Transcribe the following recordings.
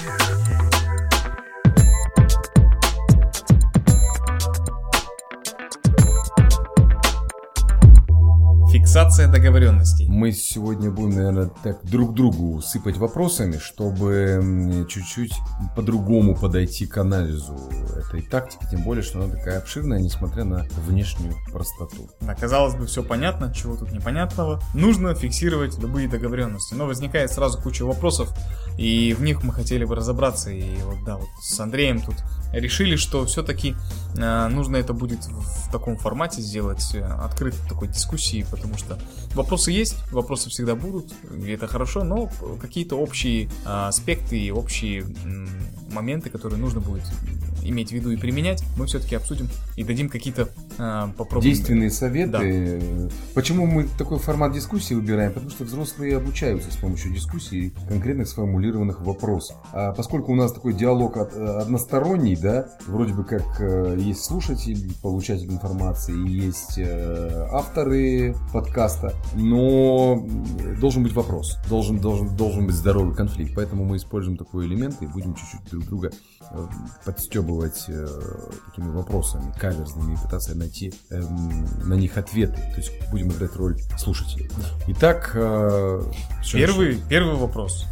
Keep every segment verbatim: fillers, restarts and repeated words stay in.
Фиксация договоренностей. Мы сегодня будем, наверное, так друг другу сыпать вопросами, чтобы чуть-чуть по-другому подойти к анализу этой тактики, тем более, что она такая обширная, несмотря на внешнюю простоту. Да, казалось бы, все понятно, чего тут непонятного. Нужно фиксировать любые договоренности, но возникает сразу куча вопросов, и в них мы хотели бы разобраться. И вот, да, вот с Андреем тут решили, что все-таки э, нужно это будет в таком формате сделать, открытой такой дискуссии, потому что вопросы есть, вопросы всегда будут, и это хорошо, но какие-то общие э, аспекты и общие э, моменты, которые нужно будет иметь в виду и применять, мы все-таки обсудим и дадим какие-то э, попробуем. Действенные советы. Да. Почему мы такой формат дискуссии выбираем? Потому что взрослые обучаются с помощью дискуссии конкретных сформулированных вопросов. А поскольку у нас такой диалог от, односторонний, да, вроде бы как э, есть слушатель, получатель информации, есть э, авторы подкаста, но должен быть вопрос, должен, должен, должен быть здоровый конфликт. Поэтому мы используем такой элемент и будем чуть-чуть друг друга э, подстебывать э, такими вопросами каверзными и пытаться найти э, на них ответы. То есть будем играть роль слушателей. Итак, э, первый, первый вопрос.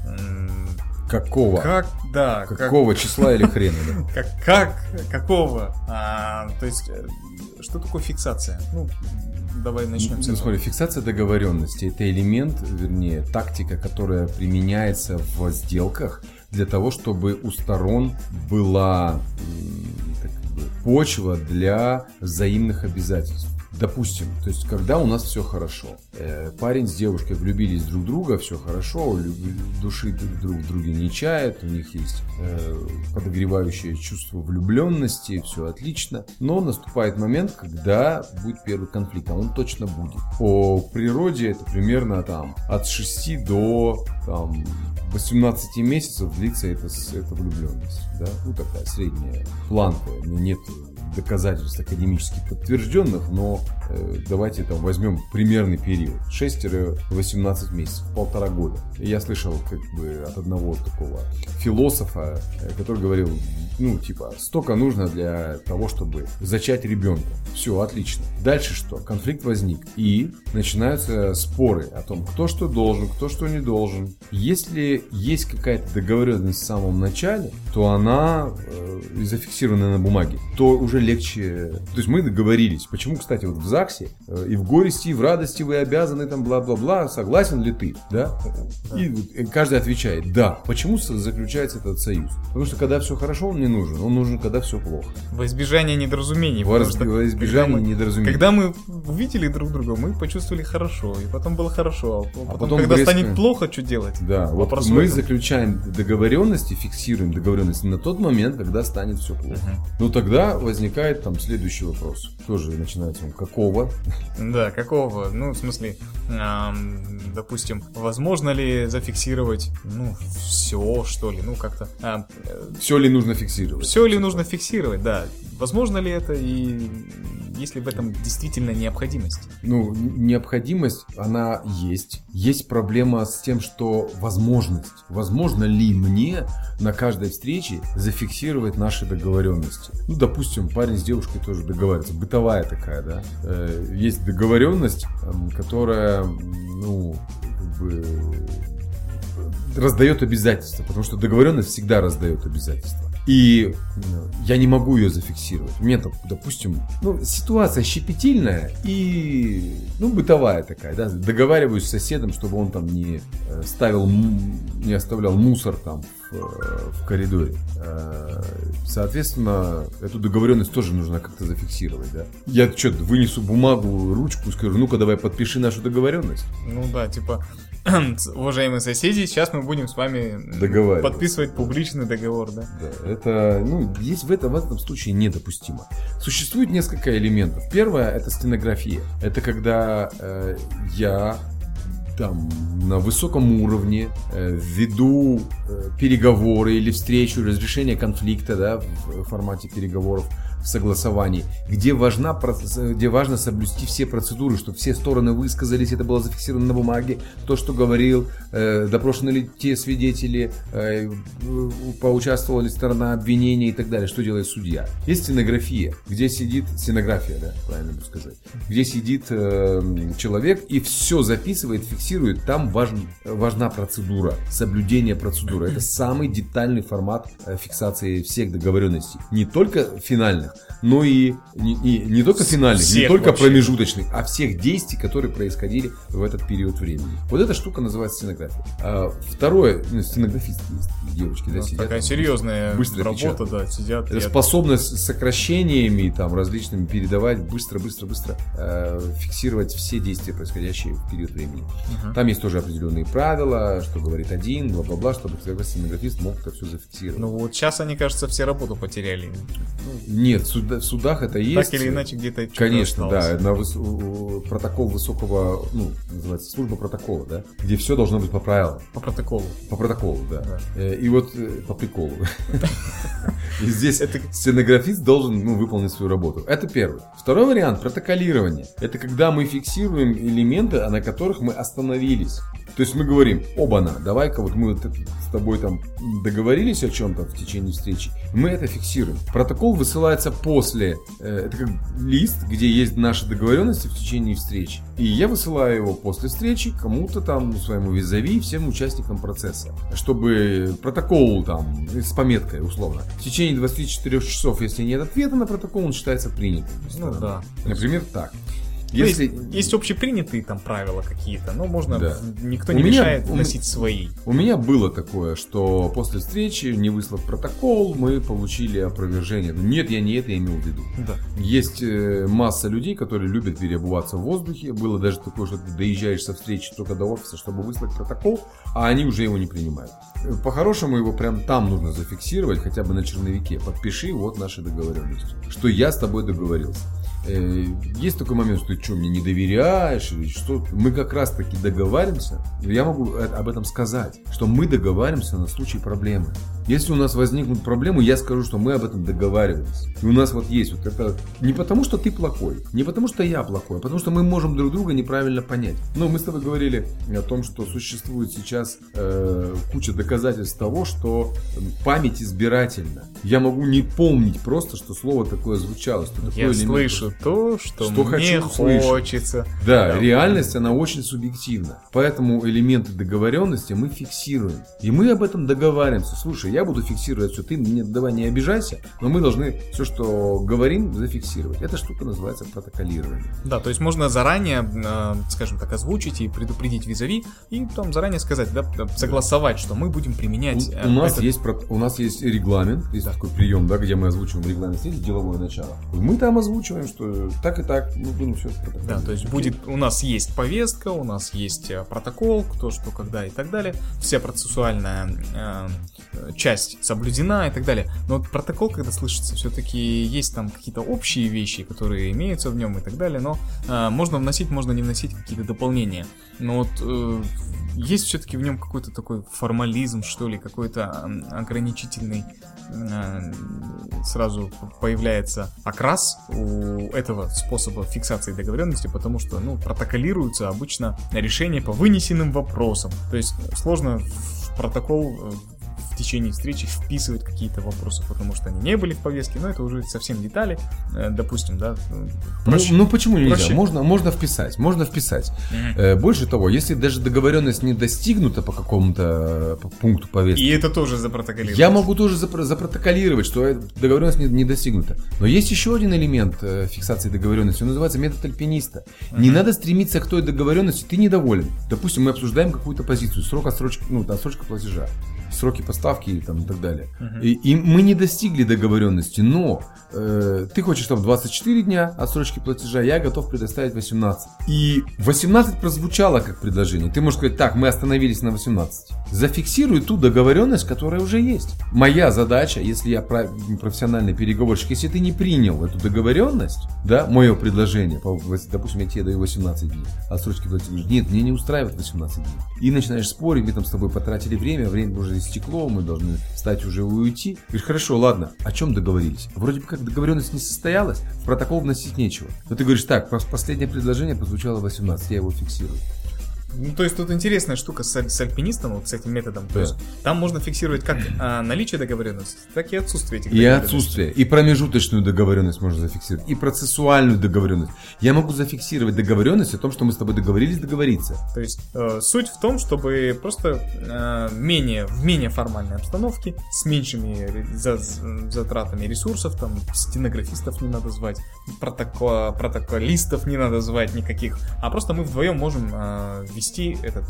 Какого? Как, да. Какого как... числа или хрена, да? Как, как, какого? А, то есть, что такое фиксация? Ну, давай начнем с этого. Ну, смотри, фиксация договоренности – это элемент, вернее, тактика, которая применяется в сделках для того, чтобы у сторон была так, почва для взаимных обязательств. Допустим, то есть, когда у нас все хорошо, э, парень с девушкой влюбились друг в друга, все хорошо, души друг в друге не чают, у них есть э, подогревающее чувство влюбленности, все отлично, но наступает момент, когда будет первый конфликт, а он точно будет. По природе это примерно там от шести до там, восемнадцати месяцев длится эта, эта влюбленность, да? Ну такая средняя планка, нет доказательств академически подтвержденных, но э, давайте там возьмем примерный период шесть-восемнадцать месяцев, полтора года. Я слышал как бы от одного такого философа, э, который говорил, ну типа столько нужно для того, чтобы зачать ребенка. Все, отлично. Дальше что? Конфликт возник и начинаются споры о том, кто что должен, кто что не должен. Если есть какая-то договоренность в самом начале, то она э, зафиксирована на бумаге, то уже легче. То есть мы договорились. Почему, кстати, вот в ЗАГСе э, и в горести, и в радости вы обязаны там бла-бла-бла, согласен ли ты? Да? Да. И, и каждый отвечает да. Почему заключается этот союз? Потому что когда все хорошо, он не нужен. Он нужен, когда все плохо. Во избежание недоразумений. Во, раз... во избежание когда недоразумений. Когда мы увидели друг друга, мы почувствовали хорошо. И потом было хорошо. А потом, а потом когда резко... станет плохо, что делать? Да, вот мы заключаем договоренности, фиксируем договоренности на тот момент, когда станет все плохо. Uh-huh. Ну тогда возникает там следующий вопрос. Тоже начинается он какого? Да, какого? Ну, в смысле, эм, допустим, возможно ли зафиксировать, ну, все, что ли? Ну, как-то... Э, все ли нужно фиксировать? Все ли нужно фиксировать, да. Возможно ли это и есть ли в этом действительно необходимость? Ну, необходимость, она есть. Есть проблема с тем, что возможность. Возможно ли мне на каждой встрече зафиксировать наши договоренности? Ну, допустим, парень с девушкой тоже договаривается. Бытовая такая, да. Есть договоренность, которая, ну, как бы раздает обязательства, потому что договоренность всегда раздает обязательства. И я не могу ее зафиксировать. У меня, допустим, ну, ситуация щепетильная и, ну, бытовая такая, да, договариваюсь с соседом, чтобы он там не ставил, не оставлял мусор там в, в коридоре. Соответственно, эту договоренность тоже нужно как-то зафиксировать, да. Я что, вынесу бумагу, ручку и скажу, ну-ка давай подпиши нашу договоренность. Ну да, типа, уважаемые соседи, сейчас мы будем с вами подписывать публичный договор, да? Да, это, ну, есть в этом, в этом случае недопустимо. Существует несколько элементов. Первое — это стенография. Это когда э, я там на высоком уровне э, веду э, переговоры или встречу, разрешение конфликта, да, в формате переговоров в согласовании, где, важна, где важно соблюсти все процедуры, чтобы все стороны высказались, это было зафиксировано на бумаге, то, что говорил, э, допрошены ли те свидетели, э, поучаствовала ли сторона обвинения и так далее, что делает судья. Есть стенография, где сидит, стенография, да, правильно бы сказать, где сидит э, человек и все записывает, фиксирует, там важен, важна процедура, соблюдение процедуры, это самый детальный формат э, фиксации всех договоренностей, не только финальных, но и не, не, не только финальных, всех не только вообще промежуточных, а всех действий, которые происходили в этот период времени. Вот эта штука называется стенография. А второе, ну, стенографисты есть, девочки, да, ну, сидят. Такая серьезная быстро работа, печатают. Да, сидят. Это я... способность с сокращениями там различными передавать быстро-быстро-быстро, э, фиксировать все действия, происходящие в период времени. Uh-huh. Там есть тоже определенные правила, что говорит один, бла-бла-бла, чтобы стенографист мог это все зафиксировать. Ну вот сейчас они, кажется, все работу потеряли. Нет, в, суда, в судах это есть. Так или иначе где-то что-то конечно, осталось. Да, на выс... протокол высокого, ну, называется служба протокола, да, где все должно быть по правилам. По протоколу. По протоколу, да. да. И вот по приколу. И здесь стенографист должен, ну, выполнить свою работу. Это первый. Второй вариант — протоколирование. Это когда мы фиксируем элементы, на которых мы остановились. То есть мы говорим: оба-на, давай-ка вот мы вот с тобой там договорились о чем-то в течение встречи, мы это фиксируем. Протокол высылается после, э, это как лист, где есть наши договоренности в течение встречи. И я высылаю его после встречи кому-то там, своему визави, всем участникам процесса. Чтобы протокол там, с пометкой условно, в течение двадцати четырёх часов, если нет ответа на протокол, он считается принятым. Ну да. Например, так. Если... Есть, есть общепринятые там правила какие-то, но можно, да. никто у не меня, мешает у, вносить свои. У меня было такое, что после встречи, не выслав протокол, мы получили опровержение. Нет, я не это имел в виду. Да. Есть э, масса людей, которые любят переобуваться в воздухе. Было даже такое, что ты доезжаешь со встречи только до офиса, чтобы выслать протокол, а они уже его не принимают. По-хорошему его прям там нужно зафиксировать, хотя бы на черновике. Подпиши, вот наши договоренности, что я с тобой договорился. Есть такой момент, что ты что, мне не доверяешь или что? Мы как раз таки договариваемся. Я могу об этом сказать, что мы договариваемся на случай проблемы. Если у нас возникнут проблемы, я скажу, что мы об этом договаривались. И у нас вот есть вот это не потому, что ты плохой, не потому, что я плохой, а потому, что мы можем друг друга неправильно понять. Но мы с тобой говорили о том, что существует сейчас э, куча доказательств того, что память избирательна. Я могу не помнить просто, что слово такое звучало. Что такое я элемент... слышу то, что, что мне хочется. Да, да, реальность, она очень субъективна. Поэтому элементы договоренности мы фиксируем. И мы об этом договариваемся. Слушай, я буду фиксировать все, ты мне давай не обижайся, но мы должны все, что говорим, зафиксировать. Эта штука называется протоколирование. Да, то есть можно заранее, скажем так, озвучить и предупредить визави, и там заранее сказать, да, согласовать, что мы будем применять. У, у, нас, этот... есть, у нас есть регламент, есть да. такой прием, да, где мы озвучиваем регламент, есть деловое начало. Мы там озвучиваем, что так и так, мы будем все протоколировать. Да, то есть будет, у нас есть повестка, у нас есть протокол, кто, что, когда и так далее. Вся процессуальная э, часть соблюдена и так далее. Но вот протокол, когда слышится, все-таки есть там какие-то общие вещи, которые имеются в нем и так далее, но э, можно вносить, можно не вносить какие-то дополнения. Но вот э, есть все-таки в нем какой-то такой формализм, что ли, какой-то ограничительный, э, сразу появляется окрас у этого способа фиксации договоренности, потому что, ну, протоколируются обычно решения по вынесенным вопросам. То есть сложно в протокол в течение встречи вписывать какие-то вопросы, потому что они не были в повестке, но это уже совсем детали, допустим, да. Проще, ну, ну почему нельзя? Проще. Можно, можно вписать, можно вписать. Mm-hmm. Больше того, если даже договоренность не достигнута по какому-то по пункту повестки, и это тоже запротоколировать. Я могу тоже запро- запротоколировать, что договоренность не, не достигнута. Но есть еще один элемент фиксации договоренности, он называется метод альпиниста. Mm-hmm. Не надо стремиться к той договоренности, ты недоволен. Допустим, мы обсуждаем какую-то позицию, срок отсрочки, ну, отсрочка платежа, сроки поставки и, там, и так далее. Uh-huh. И, и мы не достигли договоренности, но э, ты хочешь там двадцать четыре дня отсрочки платежа, я готов предоставить восемнадцать. И восемнадцать прозвучало как предложение. Ты можешь сказать, так, мы остановились на восемнадцати. Зафиксируй ту договоренность, которая уже есть. Моя задача, если я профессиональный переговорщик, если ты не принял эту договоренность, да, мое предложение, допустим, я тебе даю восемнадцать дней отсрочки платежа, нет, мне не устраивает восемнадцать дней. И начинаешь спорить, мы там с тобой потратили время, время уже уже стекло, мы должны встать уже и уйти. Говоришь, хорошо, ладно, о чем договорились? Вроде бы как договоренность не состоялась, в протокол вносить нечего. Но ты говоришь, так, последнее предложение прозвучало в восемнадцать, я его фиксирую. Ну, то есть тут интересная штука с, с альпинистом, вот с этим методом. Да. То есть там можно фиксировать как а, наличие договоренности, так и отсутствие этих И договоренностей. отсутствие, и промежуточную договоренность можно зафиксировать, и процессуальную договоренность. Я могу зафиксировать договоренность о том, что мы с тобой договорились договориться. То есть э, суть в том, чтобы просто э, менее, в менее формальной обстановке, с меньшими за, затратами ресурсов, там стенографистов не надо звать, протокол, протоколистов не надо звать никаких, а просто мы вдвоем можем э, вести этот,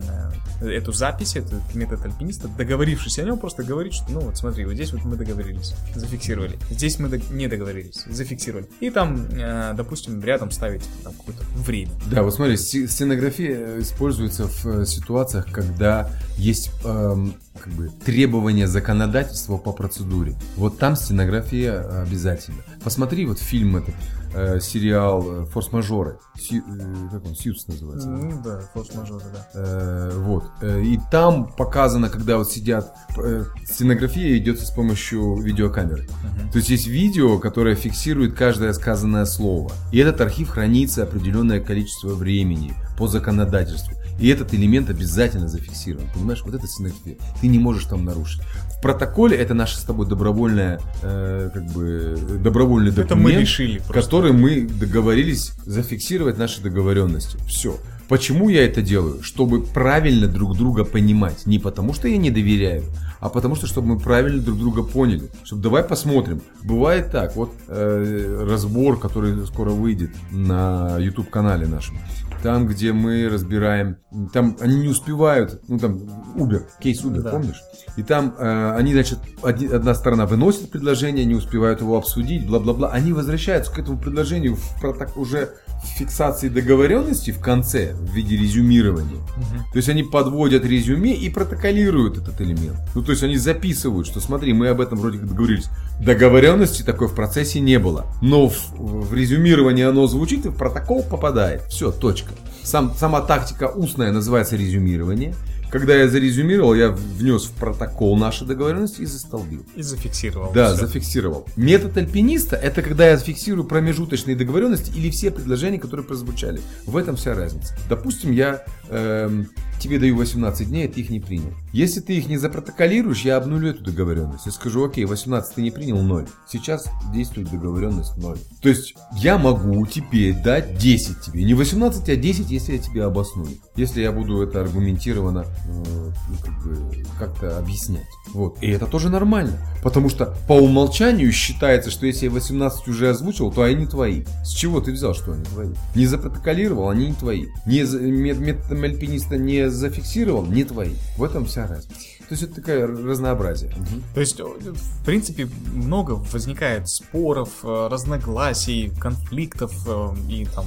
э, эту запись, этот метод альпиниста, договорившись о нем, просто говорить, что ну вот смотри, вот здесь вот мы договорились, зафиксировали, здесь мы не договорились, зафиксировали. И там, э, допустим, рядом ставить там какое-то время. Да, вот смотри, стенография используется в ситуациях, когда есть эм, как бы требования законодательства по процедуре. Вот там стенография обязательно. Посмотри вот фильм этот, э, сериал «Форс-мажоры». Си, э, как он? «Сьюз» называется. Ну да, «Форс-мажоры», да. Э, вот. И там показано, когда вот сидят, э, стенография идет с помощью видеокамеры. Uh-huh. То есть есть видео, которое фиксирует каждое сказанное слово. И этот архив хранится определенное количество времени по законодательству. И этот элемент обязательно зафиксирован. Понимаешь, вот это стенография. Ты не можешь там нарушить. В протоколе это наше с тобой добровольное, э, как бы, добровольный документ, это мы решили просто. Который мы договорились зафиксировать наши договоренности. Все. Почему я это делаю? Чтобы правильно друг друга понимать. Не потому, что я не доверяю, а потому что, чтобы мы правильно друг друга поняли. Чтобы давай посмотрим. Бывает так, вот э, разбор, который скоро выйдет на YouTube-канале нашем. Там, где мы разбираем, там они не успевают, ну там Uber, кейс Uber, да. Помнишь? И там э, они, значит, один, одна сторона выносит предложение, не успевают его обсудить, бла-бла-бла. Они возвращаются к этому предложению в проток- уже в фиксации договоренности в конце, в виде резюмирования. Угу. То есть они подводят резюме и протоколируют этот элемент. Ну, то есть они записывают, что смотри, мы об этом вроде как договорились. Договоренности такой в процессе не было. Но в, в резюмировании оно звучит и в протокол попадает. Все, точка. Сам, сама тактика устная называется резюмирование. Когда я зарезюмировал, я внес в протокол наши договоренности и застолбил. И зафиксировал. Да, все. зафиксировал. Метод альпиниста — это когда я фиксирую промежуточные договоренности или все предложения, которые прозвучали. В этом вся разница. Допустим, я эм, тебе даю восемнадцать дней, а ты их не принял. Если ты их не запротоколируешь, я обнулю эту договоренность. Я скажу, окей, восемнадцать ты не принял, ноль. Сейчас действует договоренность ноль. То есть я могу теперь дать десять тебе. Не восемнадцать, а десять, если я тебе обосную. Если я буду это аргументированно э, как бы, как-то объяснять. Вот. И это тоже нормально. Потому что по умолчанию считается, что если я восемнадцать уже озвучил, то они твои. С чего ты взял, что они твои? Не запротоколировал, они не твои. Не, методом альпиниста не зафиксировал, не твои. В этом вся разница. То есть это такое разнообразие. Угу. То есть, в принципе, много возникает споров, разногласий, конфликтов и там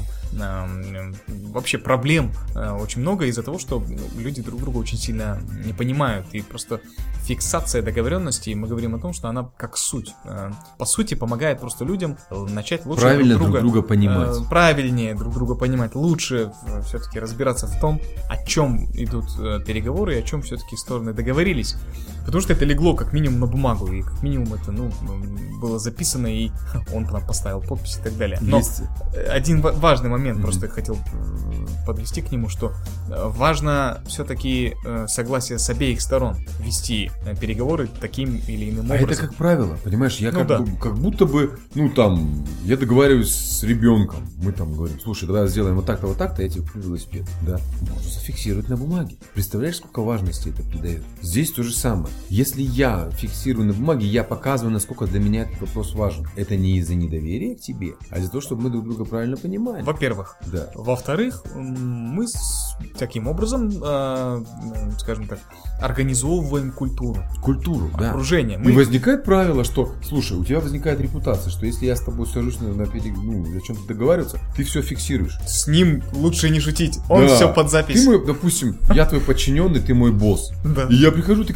вообще проблем очень много из-за того, что люди друг друга очень сильно не понимают. И просто фиксация договоренности, мы говорим о том, что она как суть. По сути, помогает просто людям начать лучше правильно друг друга, друг друга понимать. Правильнее друг друга понимать, лучше все-таки разбираться в том, о чем идут переговоры и о чем все-таки стороны договорились. Потому что это легло как минимум на бумагу, и как минимум это, ну, было записано, и он там поставил подпись и так далее. Но Есть. один важный момент, mm-hmm. просто хотел подвести к нему, что важно все-таки согласие с обеих сторон вести переговоры таким или иным образом. А это как правило, понимаешь, я ну, как, да. бы, как будто бы, ну там, я договариваюсь с ребенком, мы там говорим, слушай, давай сделаем вот так-то, вот так-то, я тебе куплю велосипед, да, можно зафиксировать на бумаге. Представляешь, сколько важности это придает? Здесь то же самое. Если я фиксирую на бумаге, я показываю, насколько для меня этот вопрос важен. Это не из-за недоверия к тебе, а из-за того, чтобы мы друг друга правильно понимали. Во-первых. Да. Во-вторых, мы с таким образом, э, скажем так, организовываем культуру. Культуру, да. Окружение. Мы... И возникает правило, что, слушай, у тебя возникает репутация, что если я с тобой сажусь на, на перег... ну, о чем-то договариваться, ты все фиксируешь. С ним лучше не шутить. Он да. все под запись. Ты мой, допустим, я твой подчиненный, ты мой босс. Да. И я прихожу, ты как босс все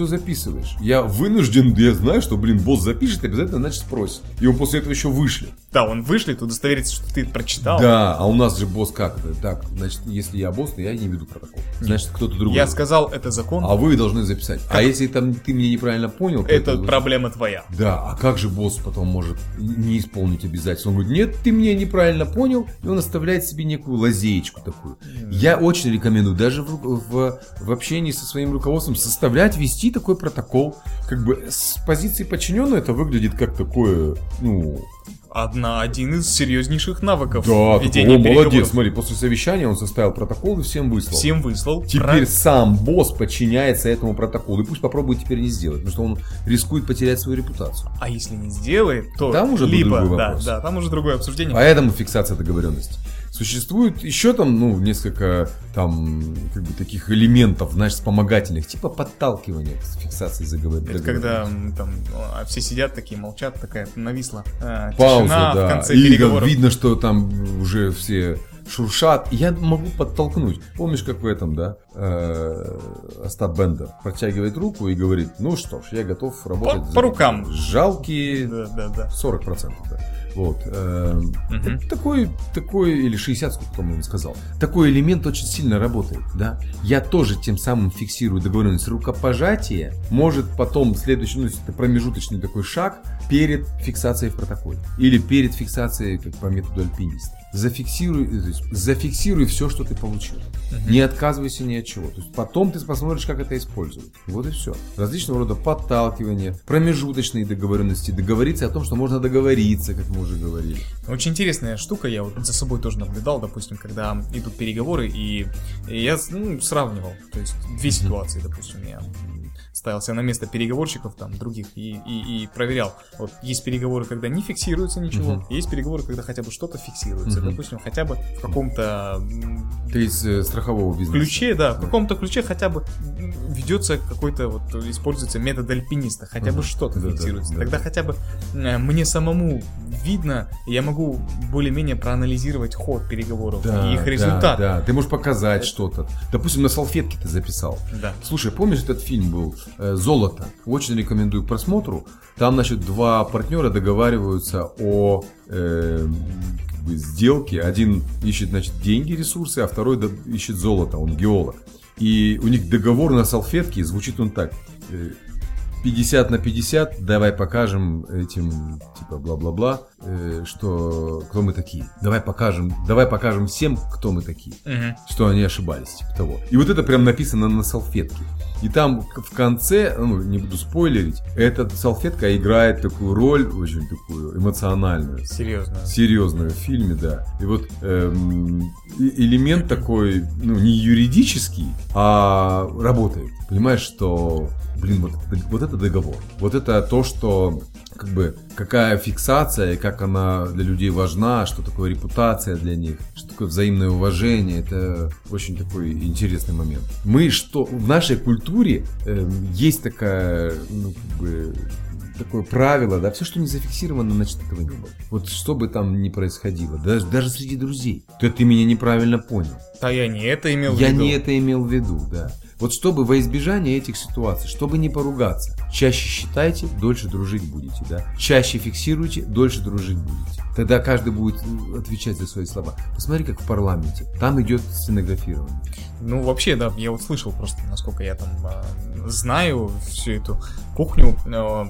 записываешь? Я вынужден, я знаю, что, блин, босс запишет, обязательно, значит, спросит. И он после этого еще вышлет. Да, он вышлет, удостоверится, что ты прочитал. Да, а у нас же босс как это? Так, значит, если я босс, то я не веду протокол. Значит, кто-то другой. Я сказал, это закон. А вы должны записать. Как? А если там ты меня неправильно понял, то это, это проблема твоя. Да, а как же босс потом может не исполнить обязательства? Он говорит, нет, ты меня неправильно понял, и он оставляет себе некую лазеечку такую. Mm. Я очень рекомендую даже в, в, в общении со своим руководством составлять, вести такой протокол. Как бы с позиции подчиненного это выглядит как такое, ну... Одна, один из серьезнейших навыков да, ведения такой, переговоров. Молодец, смотри, после совещания он составил протокол и всем выслал. Всем выслал. Теперь Прав... сам босс подчиняется этому протоколу. И пусть попробует теперь не сделать, потому что он рискует потерять свою репутацию. А если не сделает, то там уже либо, другой да, вопрос. Да, там уже другое обсуждение. Поэтому фиксация договоренности. Существует еще там, ну, несколько там, как бы, таких элементов, знаешь, вспомогательных, типа подталкивания к фиксации договоренности. Это когда там все сидят такие, молчат, такая нависла э, пауза, тишина да. в конце И переговоров. Видно, что там уже все шуршат. Я могу подтолкнуть. Помнишь, как в этом, да? Остап Бендер протягивает руку и говорит, ну что ж, я готов работать. По, за по рукам. Жалкие да, да, да. сорок процентов, да. Вот. Угу. Такой, такой, или шестьдесят, сколько, по-моему, сказал. Такой элемент очень сильно работает, да. Я тоже тем самым фиксирую договоренность. Рукопожатие может потом следующий, ну, это промежуточный такой шаг перед фиксацией в протоколе. Или перед фиксацией, как по методу альпиниста. Зафиксируй, то есть, зафиксируй все, что ты получил. Uh-huh. Не отказывайся ни от чего. То есть потом ты посмотришь, как это используют. Вот и все. Различного рода подталкивания, промежуточные договоренности, договориться о том, что можно договориться, как мы уже говорили. Очень интересная штука, я вот за собой тоже наблюдал, допустим, когда идут переговоры, и, и я ну, сравнивал, то есть две ситуации, допустим, я ставил себя на место переговорщиков там других и, и, и проверял. Вот есть переговоры, когда не фиксируется ничего, uh-huh. есть переговоры, когда хотя бы что-то фиксируется, uh-huh. допустим, хотя бы в каком-то Ты из э, страхового бизнеса. ключе, да, в каком-то ключе хотя бы ведется какой-то вот используется метод альпиниста, хотя uh-huh. бы что-то да, фиксируется. Да, да, Тогда да. хотя бы э, мне самому видно, я могу более-менее проанализировать ход переговоров да, и их результат. Да, да, ты можешь показать что-то. Допустим, на салфетке ты записал. Да. Слушай, помнишь этот фильм был «Золото»? Очень рекомендую к просмотру. Там, значит, два партнера договариваются о э, как бы сделке. Один ищет, значит, деньги, ресурсы, а второй ищет золото, он геолог. И у них договор на салфетке, звучит он так: пятьдесят на пятьдесят, давай покажем этим, типа, бла-бла-бла, э, что, кто мы такие. Давай покажем, давай покажем всем, кто мы такие. Uh-huh. Что они ошибались, типа того. И вот это прям написано на салфетке. И там в конце, ну, не буду спойлерить, эта салфетка играет такую роль, очень такую эмоциональную. Серьезную. Серьезную в фильме, да. И вот эм, элемент такой, ну, не юридический, а работает. Понимаешь, что, блин, вот, вот это договор. Вот это то, что, как бы, какая фиксация, и как она для людей важна, что такое репутация для них, что такое взаимное уважение. Это очень такой интересный момент. Мы что, в нашей культуре э, есть такая, ну, как бы, такое правило, да, все, что не зафиксировано, значит, этого не было. Вот что бы там ни происходило, даже, даже среди друзей, то ты меня неправильно понял. Да я не это имел в я виду. Я не это имел в виду, да. Вот чтобы во избежание этих ситуаций, чтобы не поругаться, чаще считайте, дольше дружить будете, да. Чаще фиксируйте, дольше дружить будете. Тогда каждый будет отвечать за свои слова. Посмотри, как в парламенте. Там идет стенографирование. Ну, вообще, да, я вот слышал просто, насколько я там э, знаю всю эту кухню, э,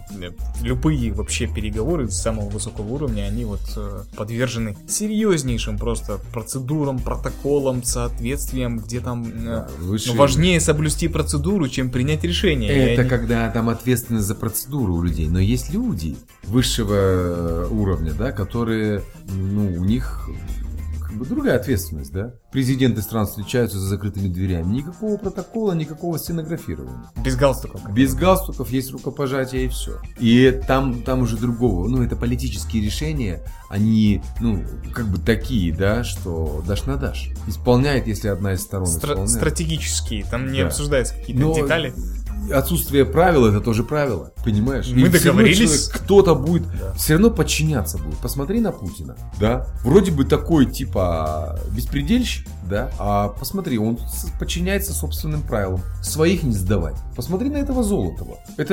любые вообще переговоры самого высокого уровня, они вот э, подвержены серьезнейшим просто процедурам, протоколам, соответствиям, где там э, да, выше... важнее соблюсти процедуру, чем принять решение. Это они... когда там ответственность за процедуру у людей. Но есть люди высшего уровня, да, которые, ну, у них... другая ответственность, да? Президенты стран встречаются за закрытыми дверями. Никакого протокола, никакого стенографирования. Без галстуков. Без галстуков, есть рукопожатие и все. И там, там уже другого. Ну, это политические решения. Они, ну, как бы такие, да, что дашь на дашь. Исполняет, если одна из сторон Стра- исполняет. Стратегические. Там не да. обсуждаются какие-то Но... детали. отсутствие правил это тоже правило, понимаешь? Мы и договорились. Кто-то будет Да. все равно подчиняться будет. Посмотри на Путина, да? Вроде бы такой типа беспредельщик, да? А посмотри, он с- подчиняется собственным правилам, своих не сдавать. Посмотри на этого Золотова. Это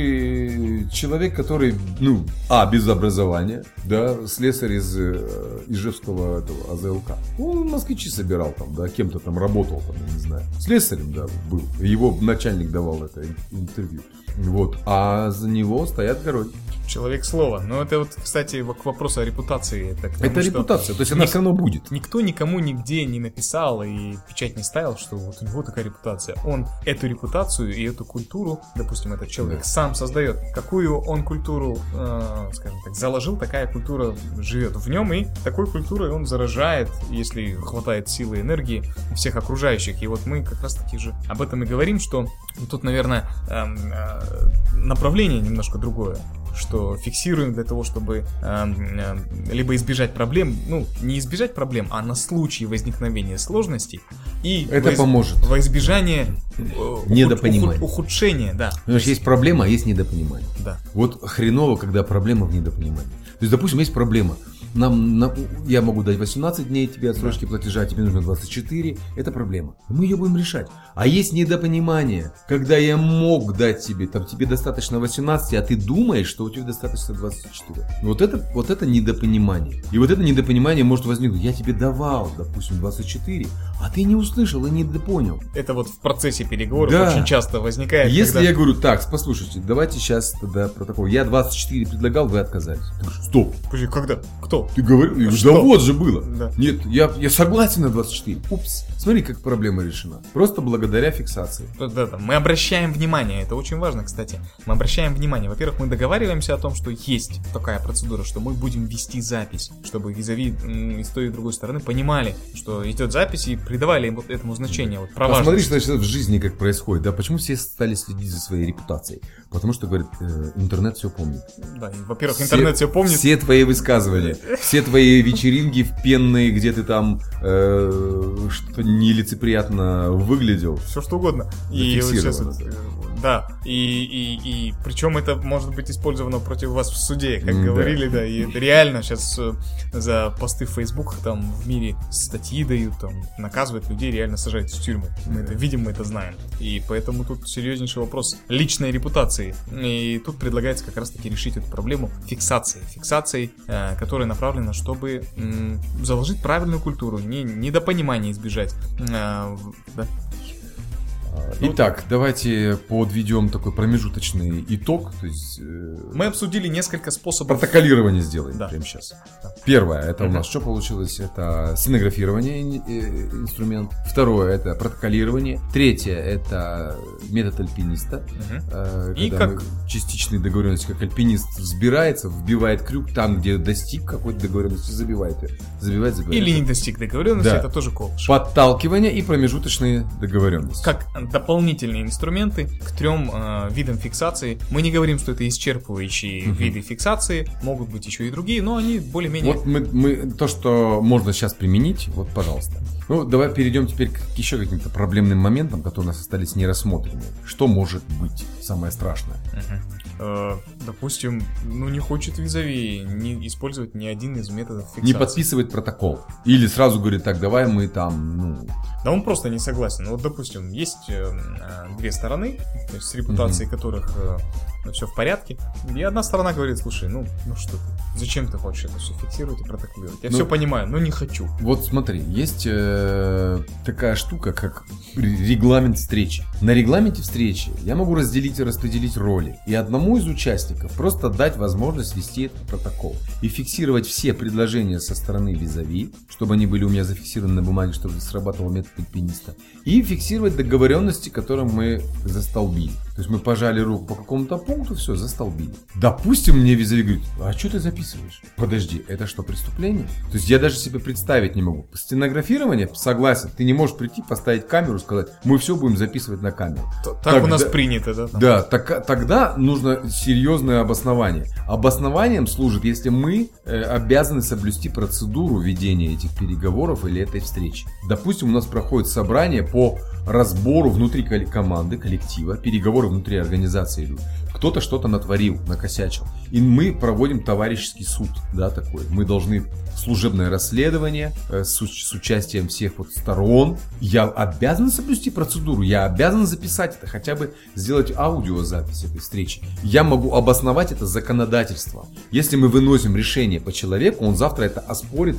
же человек, который, ну, а без образования, да, слесарь из э, Ижевского этого АЗЛК. Он москвичи собирал там, да, кем-то там работал, там, я не знаю. Слесарем, да, был. Его начальник давал это интервью. Вот. А за него стоят горой. Человек слова. Но это вот, кстати, к вопросу о репутации. Это, к тому, Это что репутация, то есть она ник- все равно будет. Никто никому нигде не написал и печать не ставил, что вот у него такая репутация. Он эту репутацию и эту культуру, допустим, этот человек Да. сам создает. Какую он культуру, э, скажем так, заложил, такая культура живет в нем, и такой культурой он заражает, если хватает силы и энергии, всех окружающих. И вот мы как раз таки же об этом и говорим, что тут, наверное, эм, э, направление немножко другое. Что фиксируем для того, чтобы э, э, либо избежать проблем, ну, не избежать проблем, а на случай возникновения сложностей и Это во, из- поможет. во избежание э, ухуд- Недопонимания. ухуд- ухудшения, да. Понимаешь, есть проблема, а есть недопонимание. Да. Вот хреново, когда проблема в недопонимании. То есть, допустим, есть проблема. Нам, на- я могу дать восемнадцать дней тебе отсрочки платежа, а тебе нужно двадцать четыре. Это проблема. Мы ее будем решать. А есть недопонимание, когда я мог дать тебе, там тебе достаточно восемнадцать, а ты думаешь, что у тебя достаточно двадцать четыре. Вот это, вот это недопонимание. И вот это недопонимание может возникнуть. Я тебе давал, допустим, двадцать четыре, а ты не услышал и не допонял. Это вот в процессе переговоров Да. очень часто возникает. Если когда- я говорю, так, послушайте, давайте сейчас тогда протокол. Я двадцать четыре предлагал, вы отказались. Ты говоришь, стоп. Подожди, когда? Кто? Ты говоришь, да что? вот же было. Да. Нет, я, я согласен на двадцать четыре. Упс. Смотри, как проблема решена. Просто благодаря фиксации. Да, да, да. Мы обращаем внимание, это очень важно, кстати. Мы обращаем внимание. Во-первых, мы договариваемся о том, что есть такая процедура, что мы будем вести запись, чтобы визави м, и с той и с другой стороны понимали, что идет запись и придавали им вот этому значение. Вот, про Посмотри, важность. что сейчас в жизни как происходит. Да, почему все стали следить за своей репутацией? Потому что, говорят, э, интернет все помнит. Да, и, во-первых, интернет все помнит. Все твои высказывания, все твои вечеринки в пенные, где ты там э, что-то нелицеприятно выглядел. Все что угодно. И вот сейчас, Зафиксировано. вот, да. И, и, и причем это может быть использовано против вас в суде, как М, да. говорили, да. И это реально сейчас э, за посты в Facebook там в мире статьи дают, там наказывают людей, реально сажают в тюрьму. Мы это видим, мы это знаем. И поэтому тут серьезнейший вопрос личной репутации. И тут предлагается как раз таки решить эту проблему фиксацией. Фиксацией, э, которая направлена, чтобы м, заложить правильную культуру, не недопонимание избежать. Э, в- да. Итак, давайте подведем такой промежуточный итог. То есть э, Мы обсудили несколько способов. протоколирование сделаем Да. прямо сейчас. Да. Первое, это у Мгм. нас что получилось? Это стенографирование ин- э, инструмент. Второе, это протоколирование. Третье, это метод альпиниста. Мгм. Э, И когда как- мы частичные договоренности, как альпинист взбирается, вбивает крюк там, где достиг какой-то договоренности, забивает ее. Забивает, забивает. Или не достиг договоренности, Да. это тоже колыш. Подталкивание и промежуточные договоренности. Как дополнительные инструменты к трем э, видам фиксации. Мы не говорим, что это исчерпывающие Мгм. виды фиксации, могут быть еще и другие, но они более-менее... Вот мы, мы то, что можно сейчас применить, вот, пожалуйста. Ну, давай перейдем теперь к еще каким-то проблемным моментам, которые у нас остались не рассмотрены. Что может быть самое страшное? Мгм. Э, допустим, ну не хочет визави не использовать ни один из методов фиксации. Не подписывать протокол. Или сразу говорит, так, давай мы там, ну... Да он просто не согласен. Вот, допустим, есть э, э, две стороны, то есть с репутацией которых все в порядке. И одна сторона говорит, слушай, ну, ну что ты, зачем ты хочешь это все фиксировать и протоколировать? Я Ну, все понимаю, но не хочу. Вот смотри, есть э, такая штука, как р- регламент встречи. На регламенте встречи я могу разделить и распределить роли. И одному из участников просто дать возможность вести этот протокол. И фиксировать все предложения со стороны визави, чтобы они были у меня зафиксированы на бумаге, чтобы срабатывал метод альпиниста. И фиксировать договоренности, которые мы застолбили. То есть мы пожали руку по какому-то пункту, все, застолбили. Допустим, мне визави говорит, а что ты записываешь? Подожди, это что, преступление? То есть я даже себе представить не могу. Стенографирование, согласен, ты не можешь прийти, поставить камеру и сказать, мы все будем записывать на камеру. Т- Так Тогда- у нас принято, да? там? Да, так- тогда нужно серьезное обоснование. Обоснованием служит, если мы э, обязаны соблюсти процедуру ведения этих переговоров или этой встречи. Допустим, у нас проходит собрание по разбору внутри команды, коллектива, переговоры внутри организации идут. Кто-то что-то натворил, накосячил. И мы проводим товарищеский суд, да, такой. Мы должны служебное расследование э, с, с участием всех вот сторон. Я обязан соблюсти процедуру, я обязан записать это, хотя бы сделать аудиозапись этой встречи. Я могу обосновать это законодательством. Если мы выносим решение по человеку, он завтра это оспорит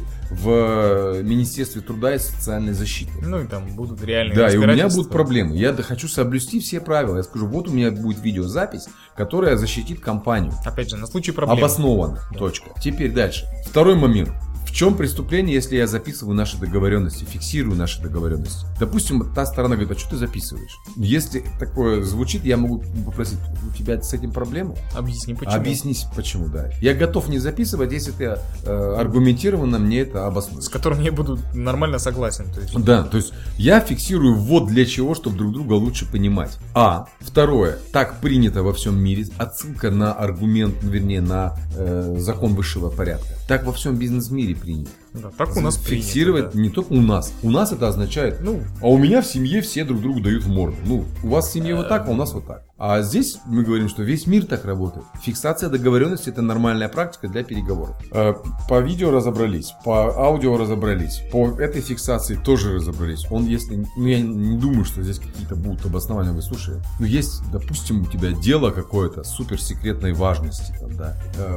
в Министерстве труда и социальной защиты. Ну и там будут реальные Да, и у меня разбирательства. будут проблемы. Я хочу соблюсти все правила. Я скажу, вот у меня будет видеозапись, которая защитит компанию. Опять же, на случай проблем. Обоснованно. Да. Точка. Теперь дальше. Второй момент. В чем преступление, если я записываю наши договоренности, фиксирую наши договоренности? Допустим, та сторона говорит, а что ты записываешь? Если такое звучит, я могу попросить, у тебя с этим проблема? Объясни, почему. Объяснись, почему, да. Я готов не записывать, если ты э, аргументированно мне это обоснуешь. С которым я буду нормально согласен. То есть... Да, то есть я фиксирую вот для чего, чтобы друг друга лучше понимать. А, второе, так принято во всем мире, отсылка на аргумент, вернее, на э, закон высшего порядка. Так во всем бизнес-мире принято. Да, так у нас фиксировать принято, да. Не только у нас. У нас это означает, ну, а у меня в семье все друг другу дают в морду. Ну, у вас в семье вот так, а у нас вот так. А здесь мы говорим, что весь мир так работает. Фиксация договоренности — это нормальная практика для переговоров. По видео разобрались, по аудио разобрались, по этой фиксации тоже разобрались. Он, если, ну, я не думаю, что здесь какие-то будут обоснования, вы слушаете. Ну, есть, допустим, у тебя дело какое-то суперсекретной важности, там, да.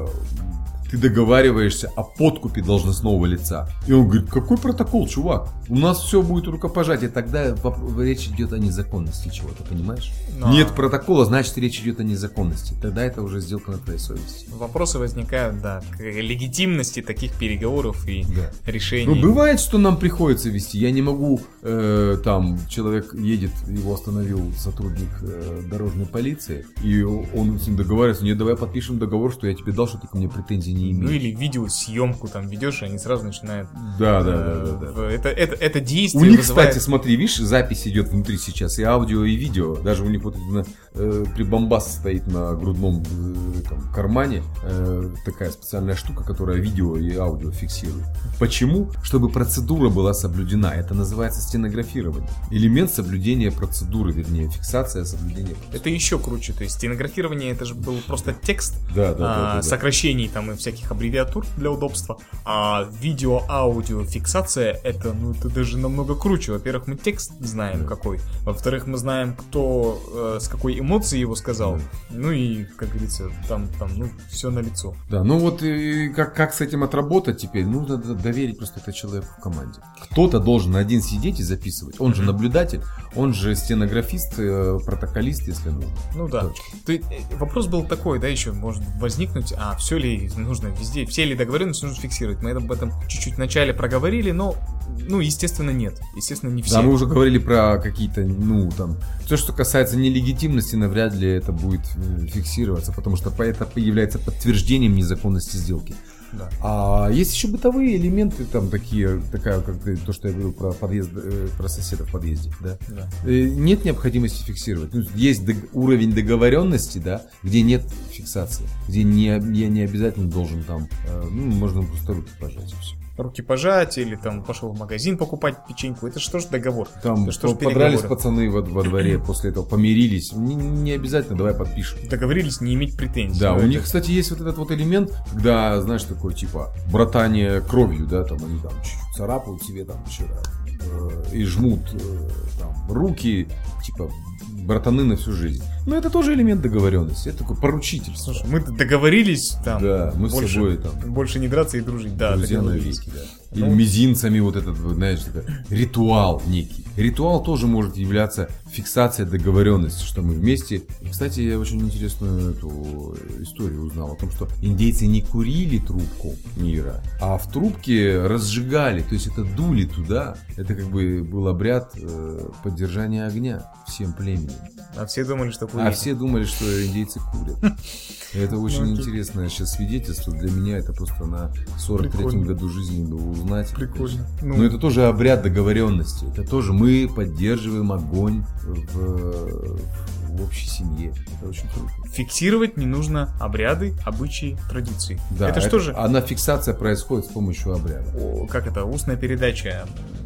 Ты договариваешься о подкупе должностного лица. И он говорит, какой протокол, чувак? У нас все будет рукопожатие. Тогда речь идет о незаконности чего-то, понимаешь? Но... Нет протокола, значит речь идет о незаконности. Тогда это уже сделка на твоей совести. Вопросы возникают, да, к легитимности таких переговоров и да. решений. Ну, бывает, что нам приходится вести. Я не могу, э, там, человек едет, его остановил сотрудник э, дорожной полиции, и он с ним договаривается, нет, давай подпишем договор, что я тебе дал, что ты ко мне претензий не имеешь. Ну или видеосъемку там ведешь, и они сразу начинают. Да, э, да, да, да, да. Это, это, это действие. У них, вызывает... кстати, смотри, видишь, запись идет внутри сейчас, и аудио, и видео. Даже у них вот э, прибамбас стоит на грудном э, там, кармане. Э, такая специальная штука, которая видео и аудио фиксирует. Почему? Чтобы процедура была соблюдена. Это называется стенографирование. Элемент соблюдения процедуры, вернее, фиксация соблюдения процедуры. Это еще круче. То есть стенографирование — это же был просто текст, да, да, а, да, да, сокращений там и всяких аббревиатур для удобства. А видео, аудио, фиксация — это, ну, это даже намного круче. Во-первых, мы текст знаем да. какой. Во-вторых, мы знаем, кто э, с какой эмоцией его сказал. Да. Ну и, как говорится, там, там, ну, все налицо. Да, ну вот и как, как с этим отработать теперь? Нужно доверить просто это человеку в команде. Кто-то должен один сидеть и записывать. Он mm-hmm. же наблюдатель, он же стенографист, протоколист, если нужно. Ну да. Ты, вопрос был такой, да, еще может возникнуть, а все ли нужно везде, все ли договоренности нужно фиксировать. Мы об этом чуть-чуть в начале проговорили, но, ну, естественно, нет. Естественно, не все. Да, мы уже говорили про какие-то, ну, там, то, что касается нелегитимности, навряд ли это будет фиксироваться, потому что это является подтверждением незаконности сделки. Да. А есть еще бытовые элементы, там такие, такая, как то, что я говорил про подъезд, про соседа в подъезде, да? Да. Нет необходимости фиксировать. Ну, есть дог- уровень договоренности, да, где нет фиксации, где не, я не обязательно должен там, ну, можно просто руки пожать и все. Руки пожать, или там пошел в магазин покупать печеньку. Это что ж договор? Там это что ж подрались пацаны во, во дворе, после этого помирились. Не, не обязательно, давай подпишем. Договорились не иметь претензий. Да, у это... них, кстати, есть вот этот вот элемент, когда, знаешь, такой типа братание кровью, да, там они там чуть-чуть царапают себе там еще э, и жмут э, там руки, типа братаны на всю жизнь. Но это тоже элемент договоренности. Это такое поручительство. Слушай, мы договорились там. Да, мы больше, с собой там. Больше не драться и дружить. Да, друзья навеки, да. И ну, мизинцами вот этот, знаешь, такой ритуал некий. Ритуал тоже может являться фиксацией договоренности, что мы вместе. И, кстати, я очень интересную эту историю узнал о том, что индейцы не курили трубку мира, а в трубке разжигали, то есть это дули туда. Это как бы был обряд э, поддержания огня всем племенем. А все думали, что курят. А все думали, что индейцы курят. Это очень интересное сейчас свидетельство. Для меня это просто на сорок третьем году жизни было узнать. Прикольно. Ну, но это тоже обряд договоренности. Это тоже мы поддерживаем огонь в, в общей семье. Это очень круто. Фиксировать не нужно обряды, обычаи, традиции. Да, это, это что же? Она фиксация происходит с помощью обряда. О, как это? Устная передача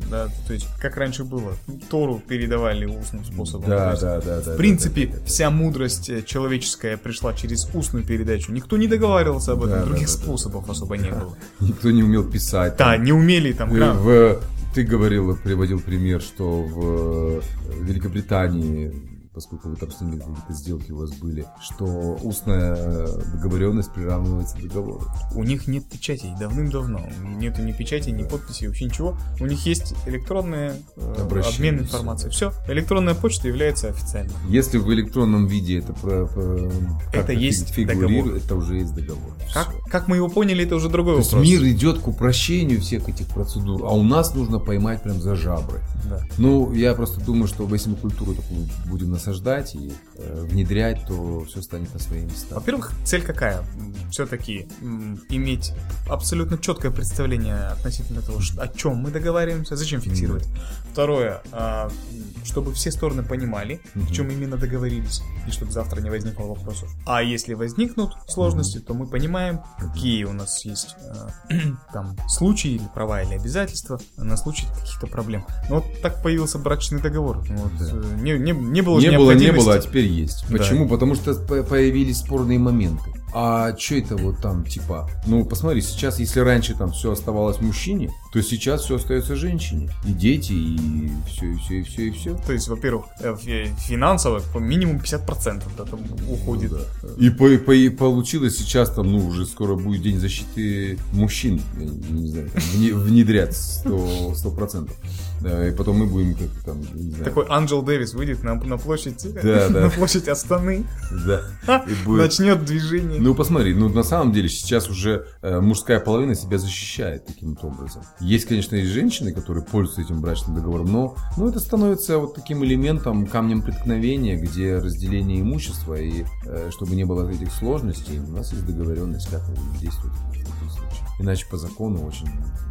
да, то есть как раньше было, Тору передавали устным способом. Да, есть, да, да, да. В принципе, да, да, да, да. вся мудрость человеческая пришла через устную передачу. Никто не договаривался об этом, да, других да, да, способов да. особо не было. Никто не умел писать. Да, там. не умели там грам. В, ты говорил, приводил пример, что в Великобритании, поскольку вы там с ними какие-то сделки у вас были, что устная договоренность приравнивается к договору. У них нет печатей давным-давно. Нету ни печати, ни подписи, вообще ничего. У них есть электронный э, обмен информацией. Все. Электронная почта является официальной. Если в электронном виде это, про, про, это есть договор. Это уже есть договор. Как, как мы его поняли, это уже другой То вопрос. есть мир идет к упрощению всех этих процедур, а у нас нужно поймать прям за жабры. Да. Ну, я просто думаю, что если мы культуру такую будем насаждать и э, внедрять, то все станет на свои места. Во-первых, цель какая? Все-таки м, иметь абсолютно четкое представление относительно того, что, о чем мы договариваемся, зачем фиксировать. Mm-hmm. Второе, а, чтобы все стороны понимали, mm-hmm. в чем именно договорились, и чтобы завтра не возникло вопросов. А если возникнут сложности, mm-hmm. то мы понимаем, какие у нас есть а, там случаи, или права, или обязательства на случай каких-то проблем. Ну вот так появился брачный договор. Вот, да. не, не, не было не было, не было, а теперь есть. Почему? Да. Потому что появились спорные моменты. А что это вот там, типа, ну посмотри, сейчас, если раньше там все оставалось мужчине, то сейчас все остается женщине. И дети, и все, и все, и все, и все. То есть, во-первых, финансово по минимум пятьдесят процентов да, там уходит. Ну, да. И, по, по, и получилось сейчас там, ну, уже скоро будет день защиты мужчин, я не знаю, там, внедрять сто процентов. Да, и потом мы будем как-то там, не знаю. Такой Анджел Дэвис выйдет на, на площадь, да, да. на площадь Астаны, да. и будет... начнет движение. Ну посмотри, ну на самом деле сейчас уже э, мужская половина себя защищает таким вот образом. Есть, конечно, и женщины, которые пользуются этим брачным договором, но ну, это становится вот таким элементом, камнем преткновения, где разделение имущества, и э, чтобы не было этих сложностей, у нас есть договоренность, как действовать в таком случае. Иначе по закону очень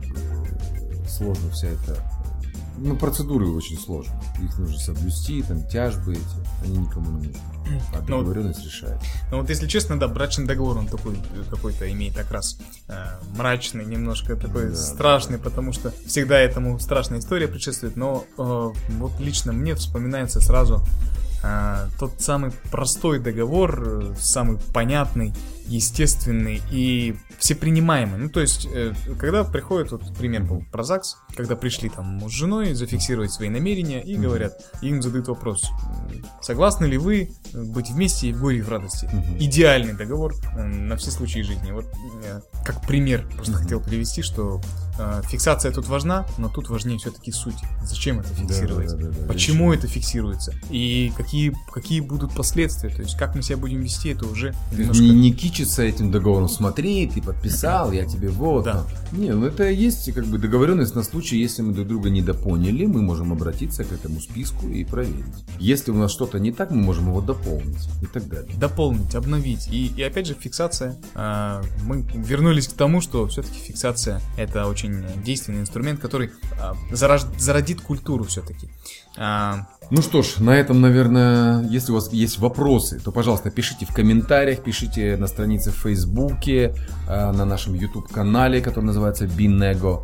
э, сложно вся эта... Ну, процедуры очень сложные. Их нужно соблюсти, там, тяжбы эти, они никому не нужны. А договоренность ну, решает. Ну, вот если честно, да, брачный договор, он такой какой-то имеет как раз э, мрачный, немножко такой да, страшный, да, да. Потому что всегда этому страшная история предшествует. Но э, вот лично мне вспоминается сразу э, тот самый простой договор, самый понятный, естественный и всепринимаемый. Ну, то есть, э, когда приходит, вот пример был про ЗАГС, когда пришли там муж с женой зафиксировать свои намерения и mm-hmm. говорят, им задают вопрос, согласны ли вы быть вместе и в горе, и в радости? Mm-hmm. Идеальный договор э, на все случаи жизни. Вот э, как пример просто mm-hmm. хотел привести, что э, фиксация тут важна, но тут важнее все-таки суть. Зачем это фиксировать? Да, да, да, да, Почему это фиксируется? И какие, какие будут последствия? То есть, как мы себя будем вести, это уже немножко... Не, не кичиться этим договором, смотри, ты подписал, я тебе вот. Да. Не, ну это есть как бы договоренность на случай, если мы друг друга недопоняли, мы можем обратиться к этому списку и проверить. Если у нас что-то не так, мы можем его дополнить и так далее. Дополнить, обновить. И, и опять же фиксация. А, мы вернулись к тому, что все-таки фиксация это очень действенный инструмент, который а, зарож, зародит культуру все-таки. А, Ну что ж, на этом, наверное, если у вас есть вопросы, то, пожалуйста, пишите в комментариях, пишите на странице в Фейсбуке, на нашем YouTube-канале, который называется Binego,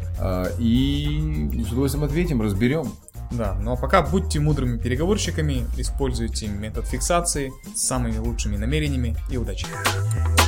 и с удовольствием ответим, разберем. Да, ну а пока будьте мудрыми переговорщиками, используйте метод фиксации с самыми лучшими намерениями и удачи.